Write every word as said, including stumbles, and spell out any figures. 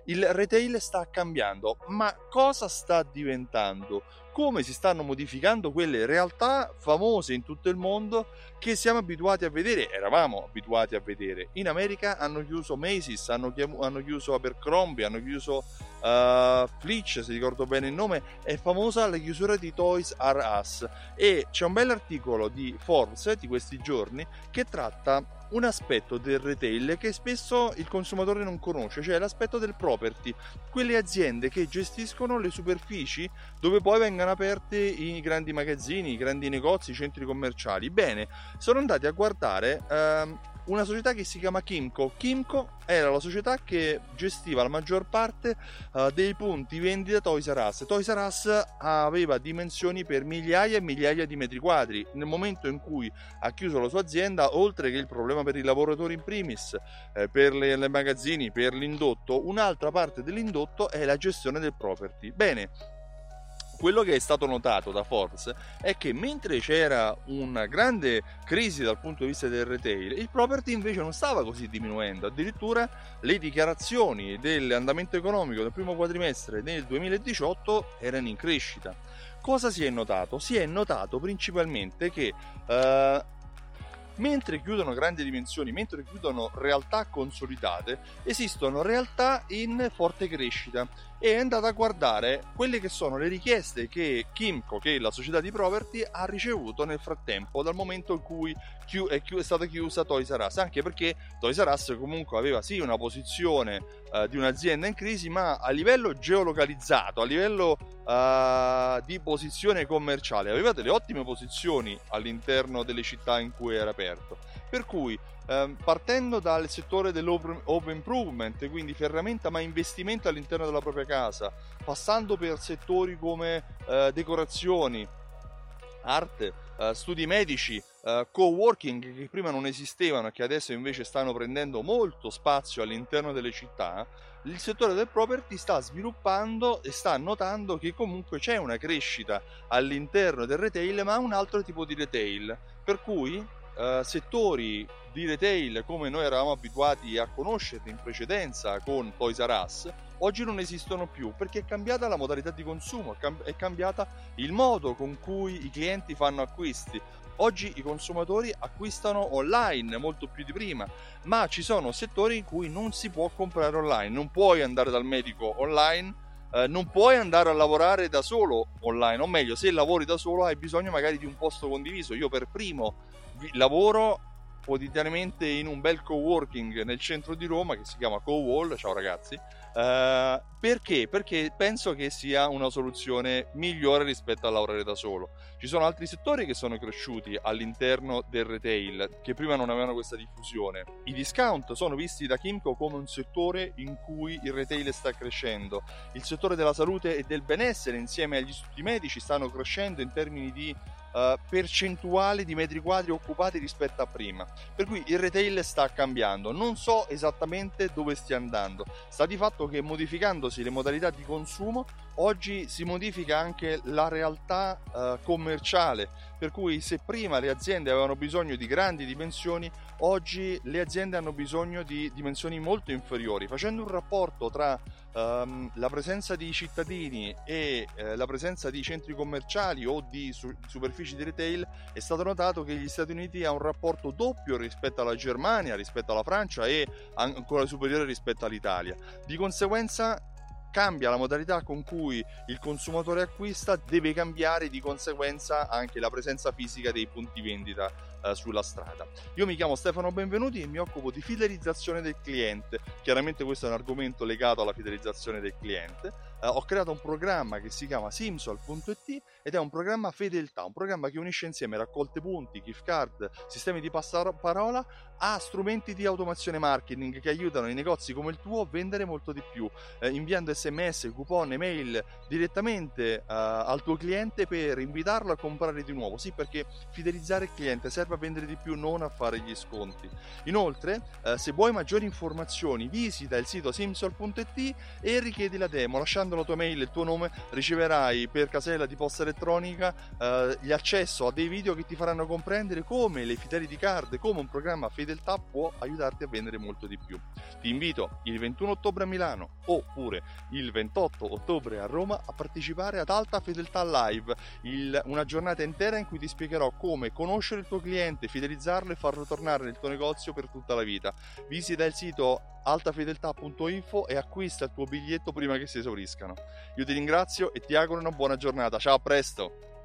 il retail sta cambiando, ma cosa sta diventando? Come si stanno modificando quelle realtà famose in tutto il mondo che siamo abituati a vedere, eravamo abituati a vedere. In America hanno chiuso Macy's, hanno, chiam- hanno chiuso Abercrombie, hanno chiuso uh, Fletch, se ricordo bene il nome, è famosa la chiusura di Toys R Us, e c'è un bell'articolo di Forbes di questi giorni che tratta un aspetto del retail che spesso il consumatore non conosce, cioè l'aspetto del property, quelle aziende che gestiscono le superfici dove poi vengono aperte i grandi magazzini, i grandi negozi, i centri commerciali. Bene, sono andati a guardare ehm, una società che si chiama Kimco. Kimco era la società che gestiva la maggior parte uh, dei punti vendita Toys R Us. Toys R Us aveva dimensioni per migliaia e migliaia di metri quadri. Nel momento in cui ha chiuso la sua azienda, oltre che il problema per i lavoratori in primis, eh, per le, le magazzini, per l'indotto, un'altra parte dell'indotto è la gestione del property. Bene, quello che è stato notato da Forbes è che mentre c'era una grande crisi dal punto di vista del retail, il property invece non stava così diminuendo. Addirittura le dichiarazioni dell'andamento economico del primo quadrimestre nel duemiladiciotto erano in crescita. Cosa si è notato? Si è notato principalmente che uh, mentre chiudono grandi dimensioni, mentre chiudono realtà consolidate, esistono realtà in forte crescita, e è andata a guardare quelle che sono le richieste che Kimco, che è la società di property, ha ricevuto nel frattempo, dal momento in cui è stata chiusa Toys R Us, anche perché Toys R Us comunque aveva sì una posizione uh, di un'azienda in crisi, ma a livello geolocalizzato, a livello uh, di posizione commerciale aveva delle ottime posizioni all'interno delle città in cui era aperto, per cui Um, partendo dal settore dell'home improvement, quindi ferramenta ma investimento all'interno della propria casa, passando per settori come uh, decorazioni, arte, uh, studi medici, uh, co-working, che prima non esistevano e che adesso invece stanno prendendo molto spazio all'interno delle città, il settore del property sta sviluppando e sta notando che comunque c'è una crescita all'interno del retail, ma un altro tipo di retail, per cui Uh, settori di retail come noi eravamo abituati a conoscerli in precedenza con Toys R Us oggi non esistono più, perché è cambiata la modalità di consumo, è, cam- è cambiata il modo con cui i clienti fanno acquisti. Oggi i consumatori acquistano online molto più di prima, ma ci sono settori in cui non si può comprare online, non puoi andare dal medico online, eh, non puoi andare a lavorare da solo online, o meglio, se lavori da solo hai bisogno magari di un posto condiviso. Io per primo lavoro quotidianamente in un bel coworking nel centro di Roma che si chiama CoWall, ciao ragazzi, uh, perché? Perché penso che sia una soluzione migliore rispetto a lavorare da solo. Ci sono altri settori che sono cresciuti all'interno del retail, che prima non avevano questa diffusione. I discount sono visti da Kimco come un settore in cui il retail sta crescendo. Il settore della salute e del benessere insieme agli studi medici stanno crescendo in termini di Uh, percentuale di metri quadri occupati rispetto a prima, per cui il retail sta cambiando. Non so esattamente dove stia andando, sta di fatto che modificandosi le modalità di consumo oggi si modifica anche la realtà uh, commerciale, per cui se prima le aziende avevano bisogno di grandi dimensioni, oggi le aziende hanno bisogno di dimensioni molto inferiori. Facendo un rapporto tra um, la presenza di cittadini e eh, la presenza di centri commerciali o di su- superfici di retail, è stato notato che gli Stati Uniti ha un rapporto doppio rispetto alla Germania, rispetto alla Francia e ancora superiore rispetto all'Italia. Di conseguenza cambia la modalità con cui il consumatore acquista, deve cambiare di conseguenza anche la presenza fisica dei punti vendita eh, sulla strada. Io mi chiamo Stefano Benvenuti e mi occupo di fidelizzazione del cliente. Chiaramente questo è un argomento legato alla fidelizzazione del cliente. Eh, ho creato un programma che si chiama Simsol punto it ed è un programma fedeltà, un programma che unisce insieme raccolte punti, gift card, sistemi di passaparola a strumenti di automazione marketing che aiutano i negozi come il tuo a vendere molto di più, eh, inviando sms, coupon, email direttamente uh, al tuo cliente per invitarlo a comprare di nuovo. Sì, perché fidelizzare il cliente serve a vendere di più, non a fare gli sconti. Inoltre, uh, se vuoi maggiori informazioni, visita il sito simsol punto it e richiedi la demo lasciando indicando la tua mail e il tuo nome riceverai per casella di posta elettronica eh, gli accesso a dei video che ti faranno comprendere come le Fidelity Card, come un programma fedeltà può aiutarti a vendere molto di più. Ti invito il ventuno ottobre a Milano oppure il ventotto ottobre a Roma a partecipare ad Alta Fedeltà Live, il, una giornata intera in cui ti spiegherò come conoscere il tuo cliente, fidelizzarlo e farlo tornare nel tuo negozio per tutta la vita. Visita il sito altafedeltà punto info e acquista il tuo biglietto prima che si esauriscano. Io ti ringrazio e ti auguro una buona giornata. Ciao, a presto!